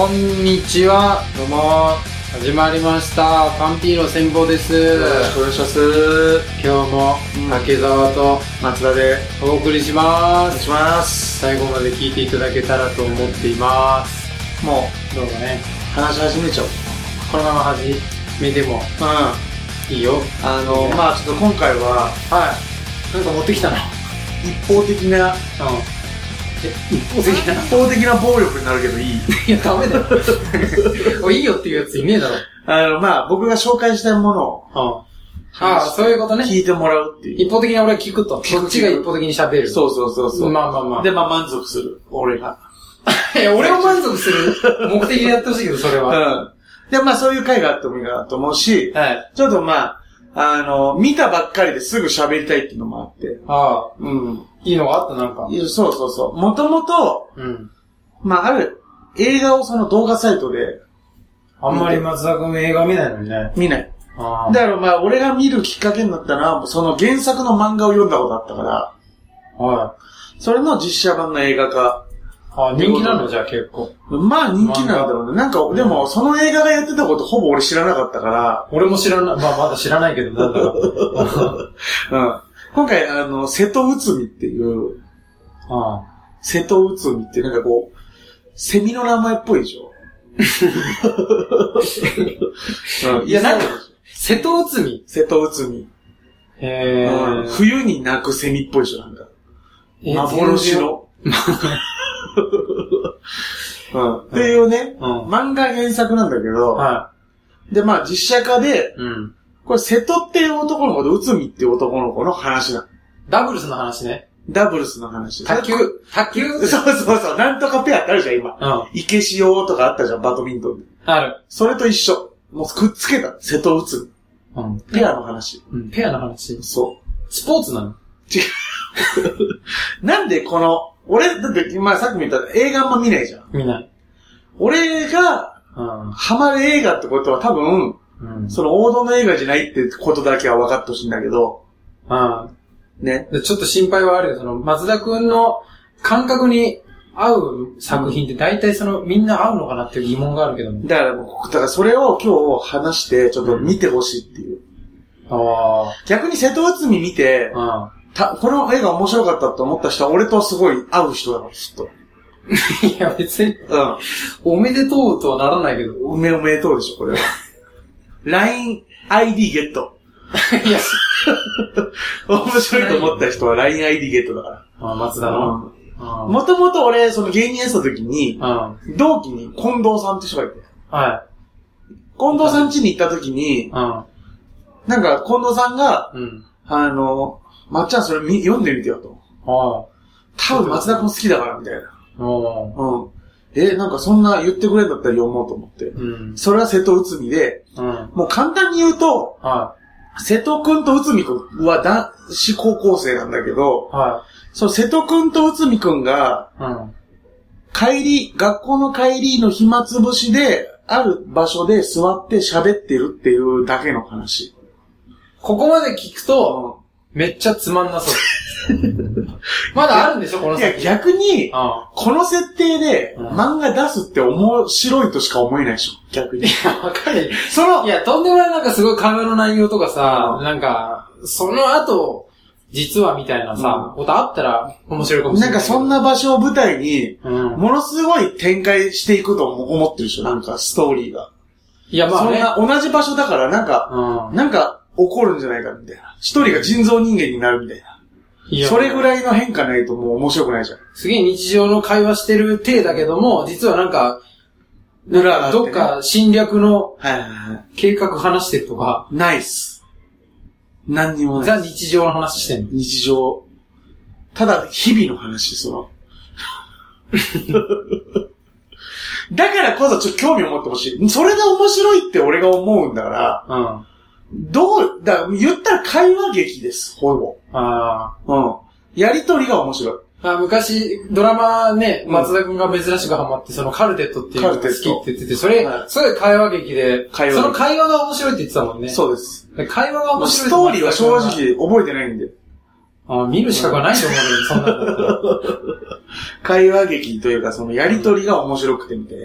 こんにちは、どうも始まりましたパンピーの戦法です。 よろしくお願いします。 今日も竹澤と松田でお送りしまお願いす。 します。 最後まで聞いていただけたらと思っています。 もどうぞね、 う話し始めちゃおう。 このまま始めてもいいよ。 まあちょっと今回ははい、なんか持ってきたの。 一方的な一方的な暴力になるけどいい？ いやダメだよおいいよっていうやついねえだろ。 まあ僕が紹介したいものをそういうことね。 聞いてもらうっていう。 一方的に俺は聞くと。こっちが一方的に喋る。 そう。 まあ。 で、満足する。俺が。 いや、俺を満足する目的でやってほしいけど、それは。 で、そういう回があってもいいかなと思うし、 はい。 ちょっと見たばっかりですぐ喋りたいっていうのもあって。いいのがあった、なんか。 そう。もともと、ある映画をその動画サイトで。 あんまり松田くん映画見ないのにね。 見ない。だから俺が見るきっかけになったのは、その原作の漫画を読んだことあったから。それの実写版の映画化。 人気なのじゃあ結構。 人気なんだろうね。なんか、でも、その映画がやってたことほぼ俺知らなかったから。 俺も知らない。まだ知らないけど、なんだろう。 今回、瀬戸内海っていう。瀬戸内海ってなんかこう、セミの名前っぽいでしょ。 いや、なんか、瀬戸内海。 瀬戸内海。冬に鳴くセミっぽいでしょ、なんか。幻の。っていうね、漫画原作なんだけど、で、実写化で、これ瀬戸っていう男の子と内海っていう男の子の話だ。 ダブルスの話ね。 ダブルスの話。 卓球そう。なんとかペアってあるじゃん、今。池潮とかあったじゃん、バドミントン。 ある。 それと一緒。もうくっつけた。瀬戸内海。ペアの話。 ペアの話。 そう。 スポーツなの？ 違う。なんでこの、俺、だって、さっきも言った映画あんま見ないじゃん。 見ない。 俺が、ハマる映画ってことは多分、その王道の映画じゃないってことだけは分かってほしいんだけど、ね。 ちょっと心配はあるよ。その、松田くんの感覚に合う作品って大体みんな合うのかなっていう疑問があるけども。 だからそれを今日話して、ちょっと見てほしいっていう。逆に瀬戸内海見て、この映画面白かったって思った人は俺とすごい合う人だから、きっと。 いや、別に。おめでとうとはならないけど。 おめでとうでしょ、これは。LINE ID ゲット。 いや、 面白いと思った人は LINE ID ゲットだから。 松田の。 もともと俺、その芸人やってた時に、同期に近藤さんって人がいて。近藤さん家に行った時に、なんか近藤さんが、まっちゃんそれ読んでみてよと。多分松田君好きだからみたいな。なんかそんな言ってくれんだったら読もうと思って。それは瀬戸内海で、もう簡単に言うと、瀬戸くんと内海くんは男子高校生なんだけど、その瀬戸くんと内海くんが、学校の帰りの暇つぶしで、ある場所で座って喋ってるっていうだけの話。 ここまで聞くと、めっちゃつまんなそう。まだあるんでしょ、この先。 いや、逆に、この設定で漫画出すって面白いとしか思えないでしょ、逆に。 いや、わかる。いや、とんでもないなんかすごい会話の内容とかさ、なんか、その後、実はみたいなさ、ことあったら面白いかもしれない。 なんかそんな場所を舞台に、ものすごい展開していくと思ってるでしょ、なんかストーリーが。 いや、 そんな同じ場所だからなんか起こるんじゃないかみたいな。一人が人造人間になるみたいな。それぐらいの変化ないともう面白くないじゃん。 すげえ日常の会話してる体だけども、実はなんかどっか侵略の計画話してるとか。 ナイス。何にもない。 ザ日常の話してんの。 日常。ただ、日々の話、だからこそちょっと興味を持ってほしい。それが面白いって俺が思うんだから、言ったら会話劇です、ほぼ。やりとりが面白い。 昔、ドラマね、松田くんが珍しくハマって、そのカルテットっていうのが好きって言ってて、それ会話劇で、その会話が面白いって言ってたもんね。 そうです。 会話が面白い。 ストーリーは正直覚えてないんで。 見る資格はないと思うけど、そんなの。 会話劇というか、そのやりとりが面白くてみたいな。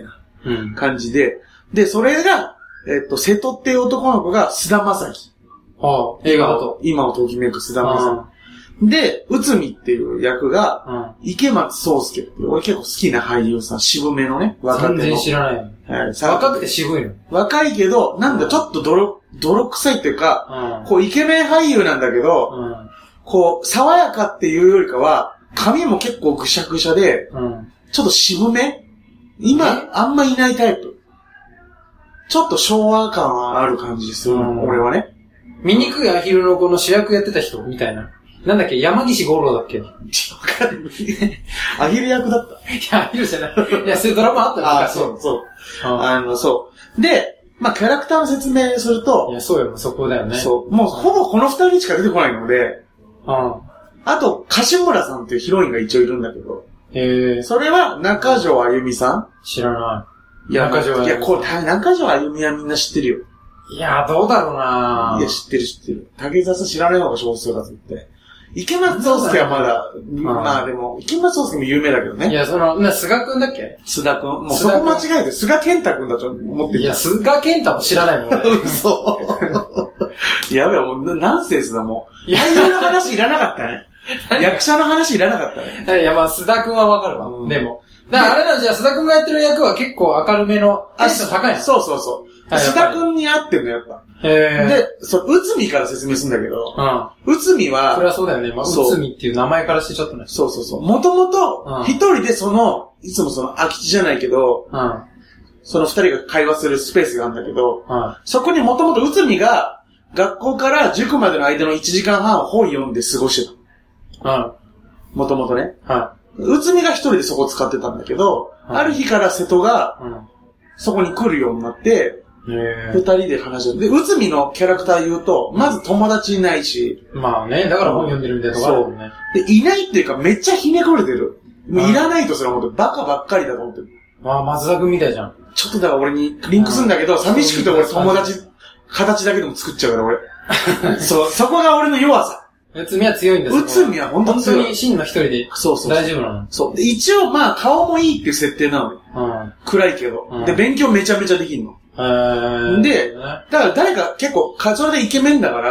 感じで、で、それが、瀬戸っていう男の子が菅田将暉。 映画だと。 今をときめく菅田将暉。で、内海っていう役が、池松壮亮っていう、俺結構好きな俳優さん、渋めのね、 若手の。全然知らない。はい、若くて渋いの。 若いけど、なんだちょっと泥臭いっていうか、こうイケメン俳優なんだけど、こう、爽やかっていうよりかは、髪も結構ぐしゃぐしゃで、ちょっと渋め今、あんまいないタイプ。ちょっと昭和感ある感じする、俺はね。 醜いアヒルのこの主役やってた人みたいな。なんだっけ、山岸五郎だっけ。わかる。アヒル役だった。 いや、アヒルじゃない。いや、そういうドラマあったの。そう。そう。で、まあ、キャラクターの説明すると。 いや、そうよ、そこだよね。 そう。もう、ほぼこの二人しか出てこないので。あと、樫村さんっていうヒロインが一応いるんだけど。それは中条あゆみさん？ 知らない。 いや、中条あゆみはみんな知ってるよ。 いや、どうだろうな。 いや、知ってる。竹澤さん知らない方が少数だと言って。池松壮亮はまだ、まあでも、池松壮亮も有名だけどね。 いや、菅くんだっけ？ 菅くん。もうそこ間違えて、菅健太くんだと思ってる。 いや、菅健太も知らないもん。 嘘。やべえ、もう、ナンセンスだもん。俳優の話いらなかったね。役者の話いらなかったね。 いや、まあ、須田くんはわかるわ。でも。だからあれなんじゃ、須田くんがやってる役は結構明るめの、テンション高いの。 そう。須田くんに合ってるの、やっぱ。で、内海から説明するんだけど、内海は、 それはそうだよね。まあ、内海っていう名前からしてちょっとね。 そう。もともと、一人でいつも空き地じゃないけど、その二人が会話するスペースがあるんだけど、そこにもともと内海が、学校から塾までの間の1時間半本読んで過ごしてた。もともとね。内海が一人でそこ使ってたんだけど、ある日から瀬戸が、そこに来るようになって、二人で話して、で、内海のキャラクター言うと、まず友達いないし。 まあね、だから本読んでるみたいなとこあるもんね。 で、いないっていうかめっちゃひねくれてる。もういらないとすら思って、バカばっかりだと思ってる。 ああ、松田くんみたいじゃん。 ちょっとだから俺にリンクするんだけど、寂しくて俺友達、形だけでも作っちゃうから俺。そう、そこが俺の弱さ。 内海は強いんですよ。 内海は本当に強い。 本当に真の一人で。大丈夫なの。 そう。で、一応まあ顔もいいっていう設定なのよ。暗いけど。で、勉強めちゃめちゃできんの。で、だから誰か結構、それでイケメンだから、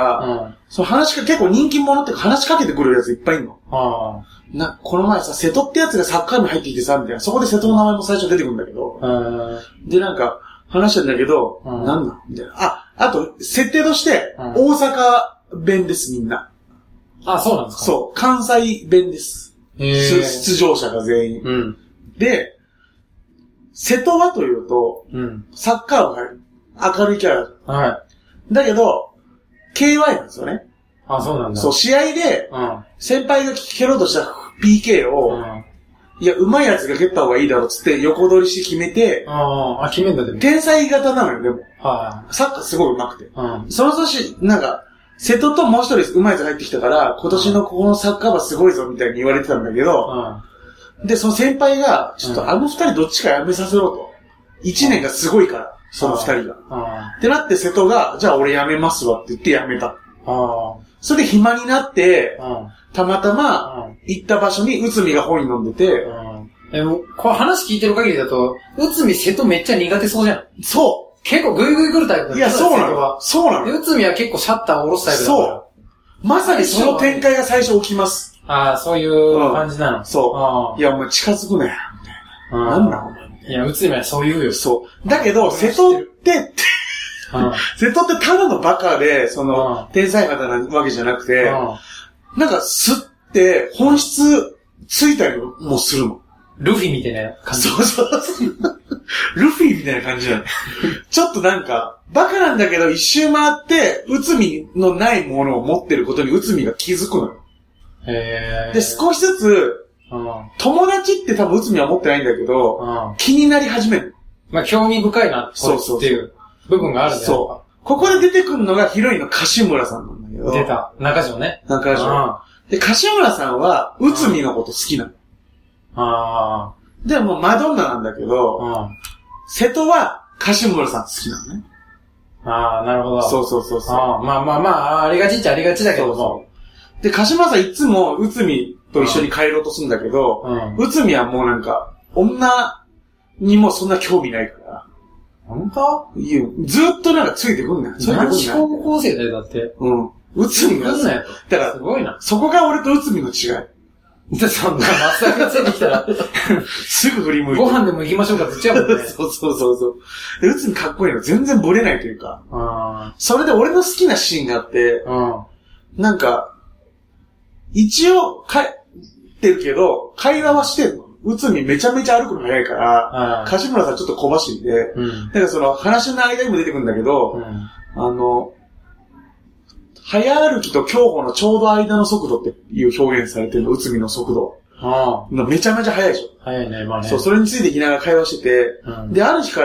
その結構人気者って話しかけてくるやついっぱいいんの。この前さ、瀬戸ってやつがサッカー部入ってきてさ、みたいな。そこで瀬戸の名前も最初出てくるんだけど。で、話してんだけど、なんなんみたいな。あと、設定として、大阪弁です、みんな。 あ、そうなんですか？ そう、関西弁です。出場者が全員。で、瀬戸はというと、サッカー部が明るいキャラ。だけど、KY なんですよね。 あ、そうなんだ。 そう、試合で、先輩が蹴ろうとした PK を、いや、上手いやつが蹴った方がいいだろうっつって横取りして決めて、 決めんだでも。 天才型なのよ、でも。サッカーすごい上手くて。その年、瀬戸ともう一人上手いやつ入ってきたから、今年のここのサッカー部すごいぞみたいに言われてたんだけど、で、その先輩が、ちょっとあの二人どっちか辞めさせろと。一年がすごいから、その二人が。ってなって瀬戸が、じゃあ俺辞めますわって言って辞めた。それで暇になって、たまたま行った場所に内海が本読んでて、 これ話聞いてる限りだと、内海瀬戸めっちゃ苦手そうじゃん。 そう。 結構グイグイ来るタイプだよ。いや、そうなの。そうなの。 内海は結構シャッターを下ろすタイプだから。そう。 まさにその展開が最初起きます。 そういう感じなの。 そう。いや、お前近づくなよ、みたいな。なんだお前。 いや、内海はそう言うよ。 そう。だけど、瀬戸って、瀬戸ってただのバカで、天才型なわけじゃなくて、すって本質ついたりもするの。 ルフィみたいな感じ。 そう。ルフィみたいな感じなの。ちょっとバカなんだけど一周回って、内海のないものを持ってることに内海が気づくのよ。で、少しずつ、友達って多分内海は持ってないんだけど、気になり始める。 まあ、興味深いな、っていう部分があるんだよ。 そう。ここで出てくるのがヒロインの樫村さんなんだけど。 出た。中条ね。 中条。で、樫村さんは内海のこと好きなの。でもマドンナなんだけど、瀬戸は樫村さん好きなのね。 なるほど。 そう。 まあ、ありがちっちゃありがちだけども。 で、樫村さんいつも内海と一緒に帰ろうとするんだけど、内海はもう女にもそんな興味ないから。 本当？ いや、ずっとなんかついてくんねん。 男子高校生だよ、だって。 うん。内海が。だから、 すごいな。 そこが俺と内海の違い。 で、そんな、松坂ついてきたら、 すぐ振り向いて。 ご飯でも行きましょうかって言っちゃうもんね。 そう。で、内海かっこいいの全然ブレないというか。それで俺の好きなシーンがあって、なんか、一応、帰ってるけど、会話はしてんの。内海めちゃめちゃ歩くの早いから、柏村さんちょっと小走りで、だからその話の間にも出てくるんだけど、早歩きと競歩のちょうど間の速度っていう表現されてるの、内海の速度。めちゃめちゃ速いでしょ。 速いね、まあね。 そう、それについていきながら会話してて、で、ある日から、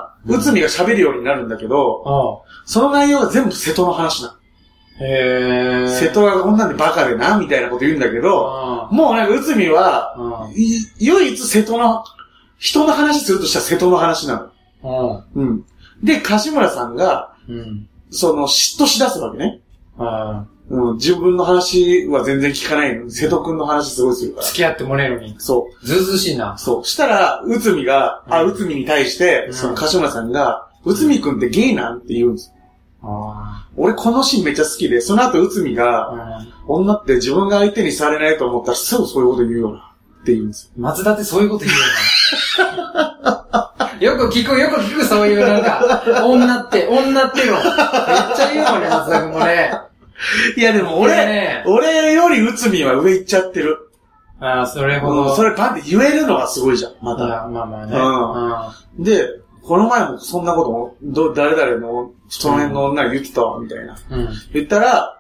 内海が喋るようになるんだけど、その内容が全部瀬戸の話なの。瀬戸がこんなんでバカでな、みたいなこと言うんだけど、もうなんか内海は、唯一瀬戸の、人の話するとしたら瀬戸の話なの。で、柏村さんが、その嫉妬しだすわけね。自分の話は全然聞かないのに、瀬戸くんの話すごいするから。 付き合ってもらえるのに。 そう。 ずうずうしいな。 そう。したら、内海が、内海に対して、その柏村さんが、内海くんってゲイなんって言うんですよ。俺このシーンめっちゃ好きで、その後内海が、女って自分が相手にされないと思ったらすぐそういうこと言うよな、って言うんですよ。 松田ってそういうこと言うよな。よく聞く、そういうなんか、女っての。めっちゃ言うのね、松田くんもね。 いやでも俺より内海は上行っちゃってる。 ああ、それほど。 それパンって言えるのがすごいじゃん、また。 まあね。で、この前もそんなことも、誰々の、その辺の女が言ってたわ、みたいな。言ったら、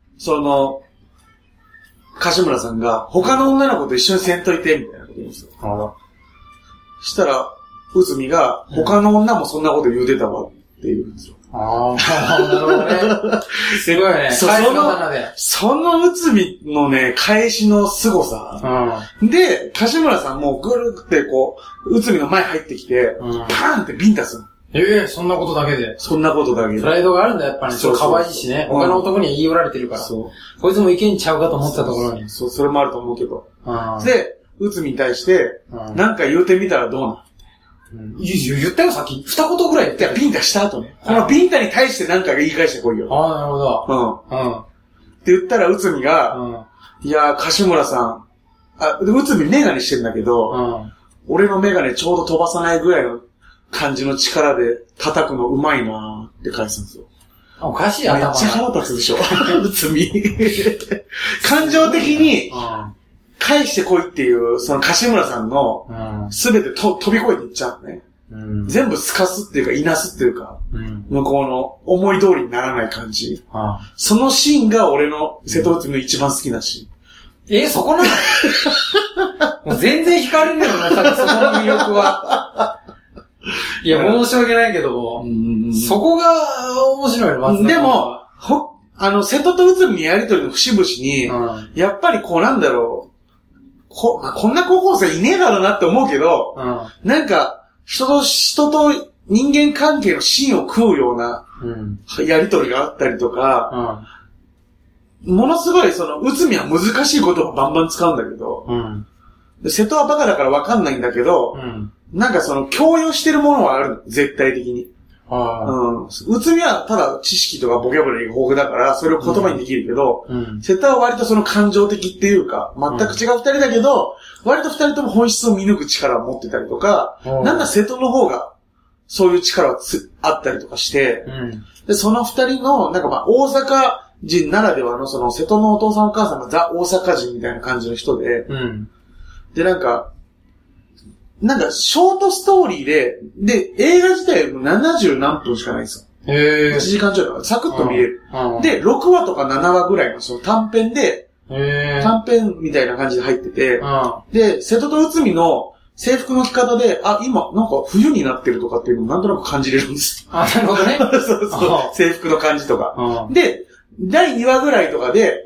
柏村さんが、他の女の子と一緒にせんといて、みたいなこと言うんですよ。したら、内海が、他の女もそんなこと言うてたわ、って言うんですよ。 なるほどね。すごいね。 その内海のね、返しの凄さ。で、柏村さんもぐるってこう、内海の前入ってきて、パーンってビンタする。 そんなことだけで。 そんなことだけで。 プライドがあるんだ、やっぱり。そう、可愛いしね。他の男には言い寄られてるから。そう。こいつもいけんちゃうかと思ってたところに。 そう、それもあると思うけど。で、内海に対して、なんか言うてみたらどうなの？ 言ったよ、さっき。二言ぐらい言ったよ。 ビンタした後ね。このビンタに対して何か言い返してこいよ。 なるほど。 って言ったら、内海が、いや、柏村さん、内海メガネしてんだけど、俺のメガネちょうど飛ばさないぐらいの感じの力で叩くのうまいなーって返すんですよ。 おかしい頭。 めっちゃ腹立つでしょ。内海。感情的に、返してこいっていう、その柏村さんの、すべて飛び越えていっちゃうね。全部透かすっていうか、いなすっていうか、向こうの思い通りにならない感じ。そのシーンが俺の瀬戸内海の一番好きなシーン。そこなのもう全然惹かれるよな、そこの魅力は。いや、申し訳ないけども、そこが面白いの、松田。 でも、瀬戸と内海のやりとりの節々に、やっぱりこうなんだろう、こんな高校生いねえだろうなって思うけど、なんか、人と人間関係の芯を食うような、やりとりがあったりとか、ものすごい内海は難しい言葉バンバン使うんだけど、瀬戸はバカだからわかんないんだけど、なんか共有してるものはある、絶対的に。内海はただ知識とかボキャブラリーが豊富だから、それを言葉にできるけど、瀬戸は割と感情的っていうか、全く違う二人だけど、割と二人とも本質を見抜く力を持ってたりとか、なんか瀬戸の方が、そういう力があったりとかして、で、その二人の、なんか大阪人ならではの瀬戸のお父さんお母さんがザ・大阪人みたいな感じの人で、で、なんか、ショートストーリーで、映画自体も70何分しかないんですよ。1時間ちょいだからサクッと見れる。で、6話とか7話ぐらいの短編で、短編みたいな感じで入ってて、で、瀬戸と内海の制服の着方で、今、なんか冬になってるとかっていうのをなんとなく感じれるんです。 なるほどね。 そう。制服の感じとか。で、第2話ぐらいとかで、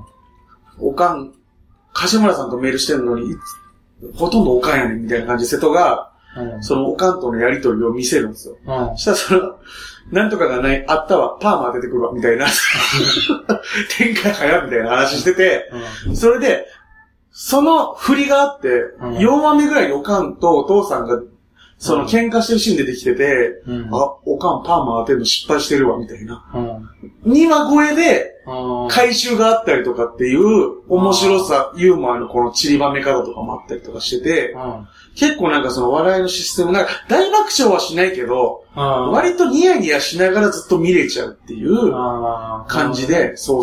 柏村さんとメールしてるのに、ほとんどおかんやねんみたいな感じで瀬戸が、おかんとのやりとりを見せるんですよ。そしたらなんとかがない、あったわ、パーマ当ててくるわ、みたいな。展開早みたいな話してて、それで、その振りがあって、4話目ぐらいにおかんとお父さんがその喧嘩してるシーン出てきてて、おかんパーマ当てるの失敗してるわ、みたいな。2話超えで、回収があったりとかっていう面白さ、ユーモアのこの散りばめ方とかもあったりとかしてて、結構なんかその笑いのシステム、なんか大爆笑はしないけど、割とニヤニヤしながらずっと見れちゃうっていう感じで、そう。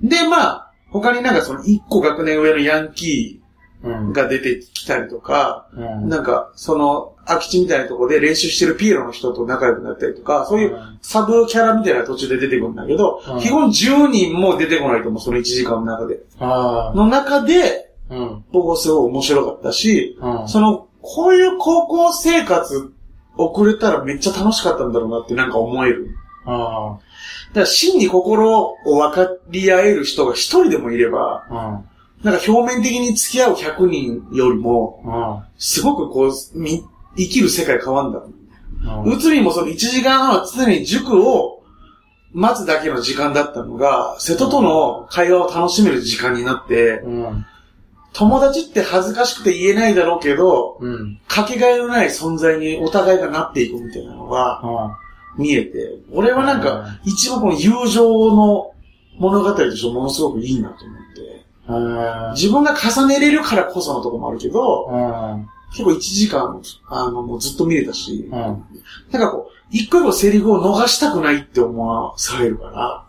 で、まあ、他になんかその1個学年上のヤンキー、が出てきたりとか、なんか、その、空き地みたいなところで練習してるピエロの人と仲良くなったりとか、そういうサブキャラみたいな途中で出てくるんだけど、基本10人も出てこないと思う、その1時間の中で。の中で、僕はすごい面白かったし、こういう高校生活送れたらめっちゃ楽しかったんだろうなってなんか思える。だから真に心を分かり合える人が一人でもいれば、なんか表面的に付き合う100人よりも、すごくこう、生きる世界変わんだ。うつみもその1時間半は常に塾を待つだけの時間だったのが、瀬戸との会話を楽しめる時間になって、友達って恥ずかしくて言えないだろうけど、かけがえのない存在にお互いがなっていくみたいなのが見えて、俺はなんか一番この友情の物語としてものすごくいいなと思って、自分が重ねれるからこそのとこもあるけど、結構1時間、もうずっと見れたし、なんかこう、一個一個セリフを逃したくないって思わされるから、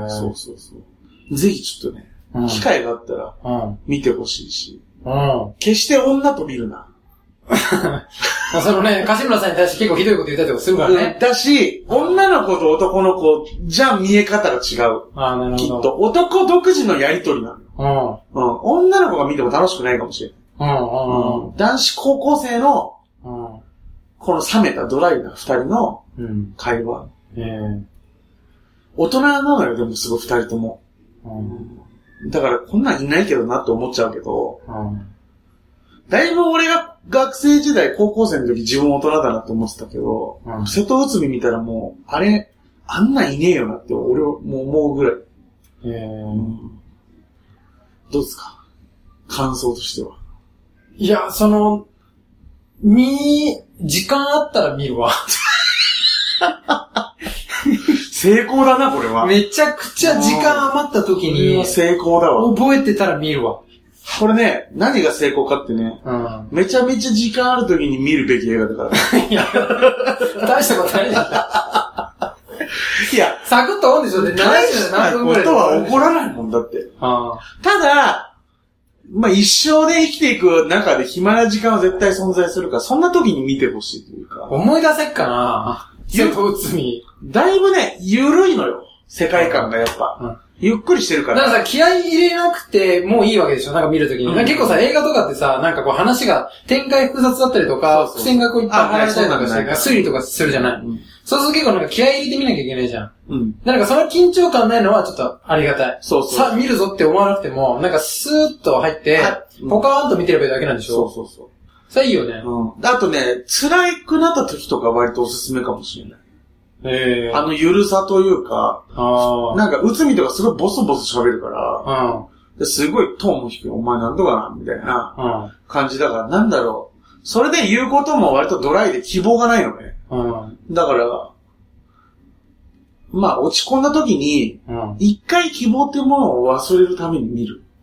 そうぜひちょっとね、機会があったら、見てほしいし、決して女と見るな。 そのね、柏村さんに対して結構ひどいこと言ったりとかするからね。 だし、女の子と男の子じゃ見え方が違う。きっと、男独自のやりとりなの。女の子が見ても楽しくないかもしれない。男子高校生の、この冷めたドライな二人の会話。大人なのよ、でもすごい二人とも。だからこんなんいないけどなって思っちゃうけど、だいぶ俺が学生時代、高校生の時自分大人だなって思ってたけど、瀬戸内海見たらもう、あんなんいねえよなって俺はもう思うぐらい。どうですか？感想としては。 いや、時間あったら見るわ。 成功だな、これは。 めちゃくちゃ時間余った時に、 成功だわ。 覚えてたら見るわ。 これね、何が成功かってね、めちゃめちゃ時間ある時に見るべき映画だから。いや、 大したことないでしょ。 いや、 サクッとオンでしょって大したことは起こらないもんだって。ただ、まあ、一生で生きていく中で暇な時間は絶対存在するから、そんな時に見てほしいというか。 思い出せっかな瀬戸内海。 だいぶね、ゆるいのよ。世界観がやっぱ。ゆっくりしてるから。 だからさ、気合い入れなくてもういいわけでしょなんか見るときに。結構さ、映画とかってさ、なんかこう話が展開複雑だったりとか、伏線がこういっぱい話したりとかして、推理とかするじゃない。そうすると結構なんか気合い入れてみなきゃいけないじゃん。なんかその緊張感ないのはちょっとありがたい。さあ見るぞって思わなくても、なんかスーッと入って、ポカーンと見てればいいだけなんでしょそれいいよね。 あとね、辛くなった時とか割とおすすめかもしれない。ゆるさというか、なんか、うつみとかすごいボソボソ喋るから、すごいトーンも低い、お前なんとかな、みたいな感じだから、なんだろう。それで言うことも割とドライで希望がないのね。だから、まあ、落ち込んだ時に、一回希望っていうものを忘れるために見る。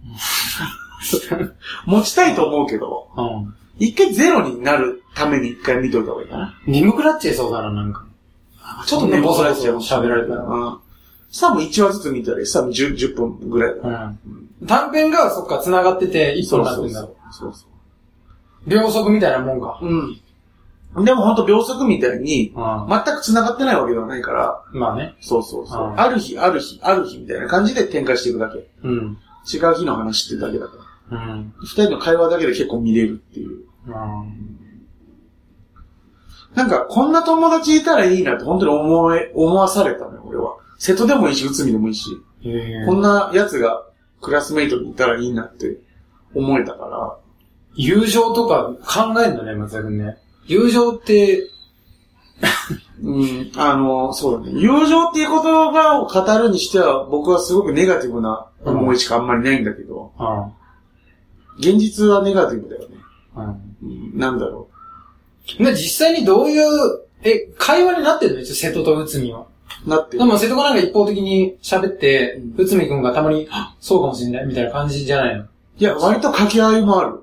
持ちたいと思うけど、一回ゼロになるために一回見といた方がいいかな。 眠くなっちゃいそうだな、なんか。 ちょっとね、ボソボソ喋られたら。 さあもう1話ずつ見たら、さあ10分ぐらいだから。 短編がそっか繋がってて1本になってんだ。そう。秒速みたいなもんか。 でもほんと秒速みたいに、全く繋がってないわけではないから。 まあね。 そう。ある日みたいな感じで展開していくだけ。違う日の話ってだけだから。二人の会話だけで結構見れるっていう。なんか、こんな友達いたらいいなって本当に思わされたのよ、俺は。瀬戸でもいいし、内海でもいいし。こんな奴がクラスメイトにいたらいいなって思えたから。 友情とか考えんだね、松田くんね。友情って、 そうだね。友情っていう言葉を語るにしては、僕はすごくネガティブな思いしかあんまりないんだけど、現実はネガティブだよね。なんだろう。 実際にどういう、会話になってるの一応瀬戸と内海は。 なってる。 でも瀬戸がなんか一方的に喋って、内海くんがたまに、そうかもしれないみたいな感じじゃないの？ いや、割と掛け合いもある。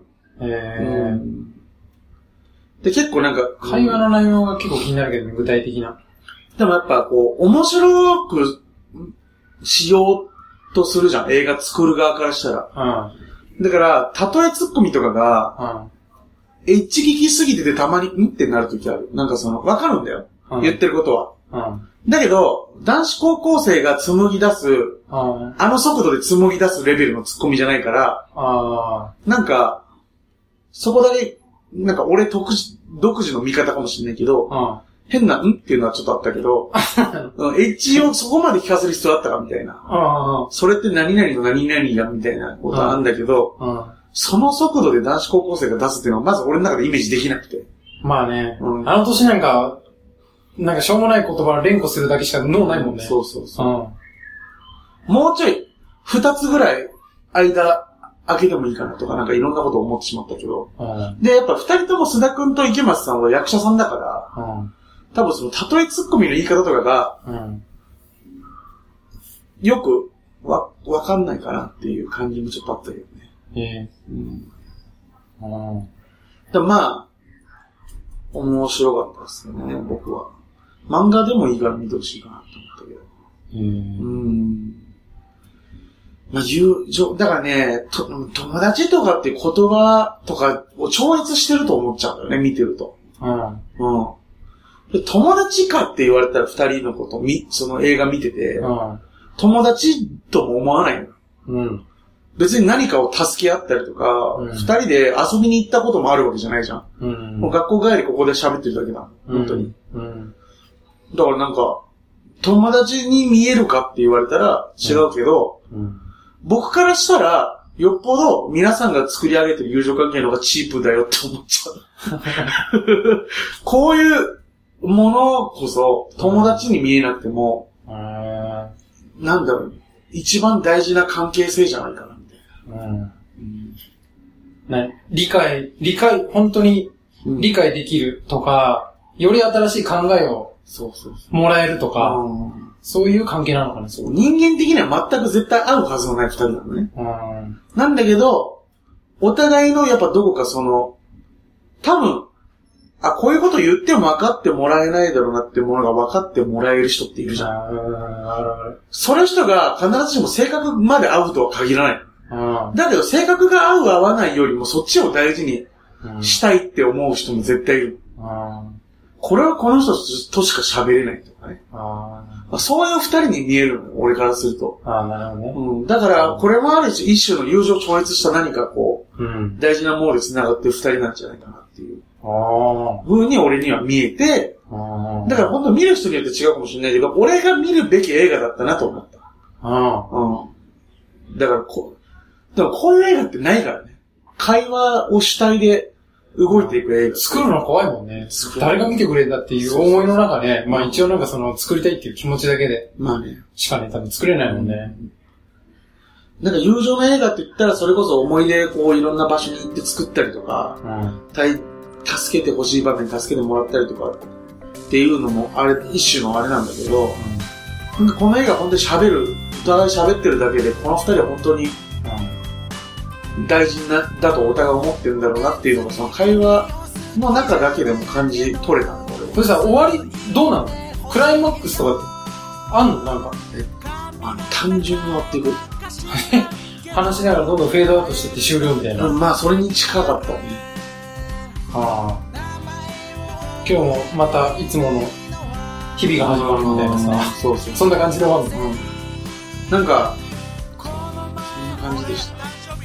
で、結構なんか、 会話の内容が結構気になるけどね、具体的な。 でもやっぱこう、面白くしようとするじゃん、映画作る側からしたら。だから、例えツッコミとかが、エッチ聞きすぎててたまに、ってなるときある。なんかわかるんだよ。言ってることは。だけど、男子高校生が紡ぎ出す、あの速度で紡ぎ出すレベルのツッコミじゃないから、なんか、そこだけ、なんか俺独自の見方かもしれないけど、変な、っていうのはちょっとあったけど、エッジをそこまで聞かせる必要あったかみたいな。それって何々の何々やみたいなことあるんだけど、その速度で男子高校生が出すっていうのはまず俺の中でイメージできなくて。 まあね、あの年なんかしょうもない言葉連呼するだけしか脳ないもんね。 そう。もうちょい、2つぐらい間開けてもいいかなとかなんかいろんなことを思ってしまったけど。で、やっぱ2人とも須田くんと池松さんは役者さんだから、多分その例えツッコミの言い方とかが、よくわかんないかなっていう感じもちょっとあったけどね。でまあ、面白かったですよね、僕は。漫画でもいいから見てほしいかなと思ったけど。まあ、だからね、友達とかって言葉とかを超越してると思っちゃうんだよね、見てると。で友達かって言われたら二人のことその映画見てて、友達とも思わないの。別に何かを助け合ったりとか、二人で遊びに行ったこともあるわけじゃないじゃん。もう学校帰りここで喋ってるだけだ。本当に。だからなんか、友達に見えるかって言われたら違うけど、僕からしたら、よっぽど皆さんが作り上げてる友情関係の方がチープだよって思っちゃう。こういうものこそ友達に見えなくても、なんだろう、一番大事な関係性じゃないかなみたいな。 理解、本当に理解できるとか、より新しい考えをもらえるとか、そういう関係なのかな。 人間的には全く絶対合うはずのない二人なのね。なんだけど、お互いのやっぱどこか多分、こういうこと言っても分かってもらえないだろうなっていうものが分かってもらえる人っているじゃん。その人が必ずしも性格まで合うとは限らない。だけど性格が合う合わないよりもそっちを大事にしたいって思う人も絶対いる。これはこの人としか喋れないとかね。そういう二人に見えるの、俺からすると。 なるほどね。 だから、これもある種一種の友情超越した何か大事なもので繋がってる二人なんじゃないかなっていう。風に俺には見えて、だから本当見る人によって違うかもしれないけど、俺が見るべき映画だったなと思った。だからでもこういう映画ってないからね。会話を主体で動いていく映画。 作るの怖いもんね。誰が見てくれるんだっていう思いの中で、まあ一応なんか作りたいっていう気持ちだけで。 まあね。 しかね、多分作れないもんね。 なんか友情の映画って言ったらそれこそ思い出いろんな場所に行って作ったりとか、助けてほしい場面助けてもらったりとかっていうのも一種のあれなんだけど、なんかこの映画本当にお互い喋ってるだけでこの二人は本当に大事だとお互い思ってるんだろうなっていうのがその会話の中だけでも感じ取れたの。 これさ、終わりどうなの？クライマックスとかってあんの？なんか単純に終わっていく話しながらどんどんフェードアウトしてって終了みたいな。 まあそれに近かったね。 今日もまたいつもの日々が始まるみたいなさ。そんな感じで終わるの。 なんかそんな感じでした。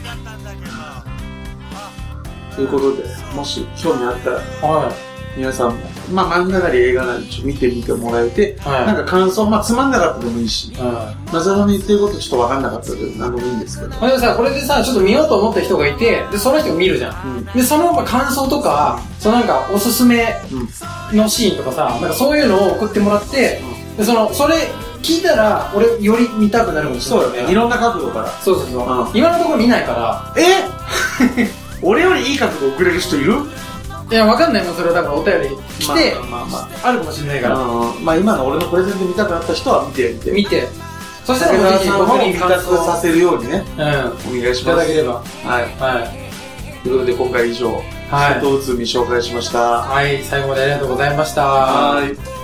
ということで、もし興味あったら、皆さんも、まあ漫画なり映画なり見てみてもらえて、なんか感想、まあつまんなかったでもいいし、まさのに言ってることちょっとわかんなかったで何でもいいんですけど。 これでさ、ちょっと見ようと思った人がいて、で、その人が見るじゃん。で、その感想とか、なんかおすすめのシーンとかさ、なんかそういうのを送ってもらって、で、それ聞いたら、俺より見たくなるかもしれない。 そうだね。いろんな角度から。 そう。今のところ見ないから。 俺よりいい角度送れる人いる？ いや、わかんないもん、それはだからお便り来て、あるかもしれないから。 まあ今の俺のプレゼンで見たくなった人は見て。 そしたらぜひ僕に見たくさせるようにね。お願いします。 いただければ。 はい。ということで今回以上、瀬戸内海紹介しました。 はい、最後までありがとうございました。 はい。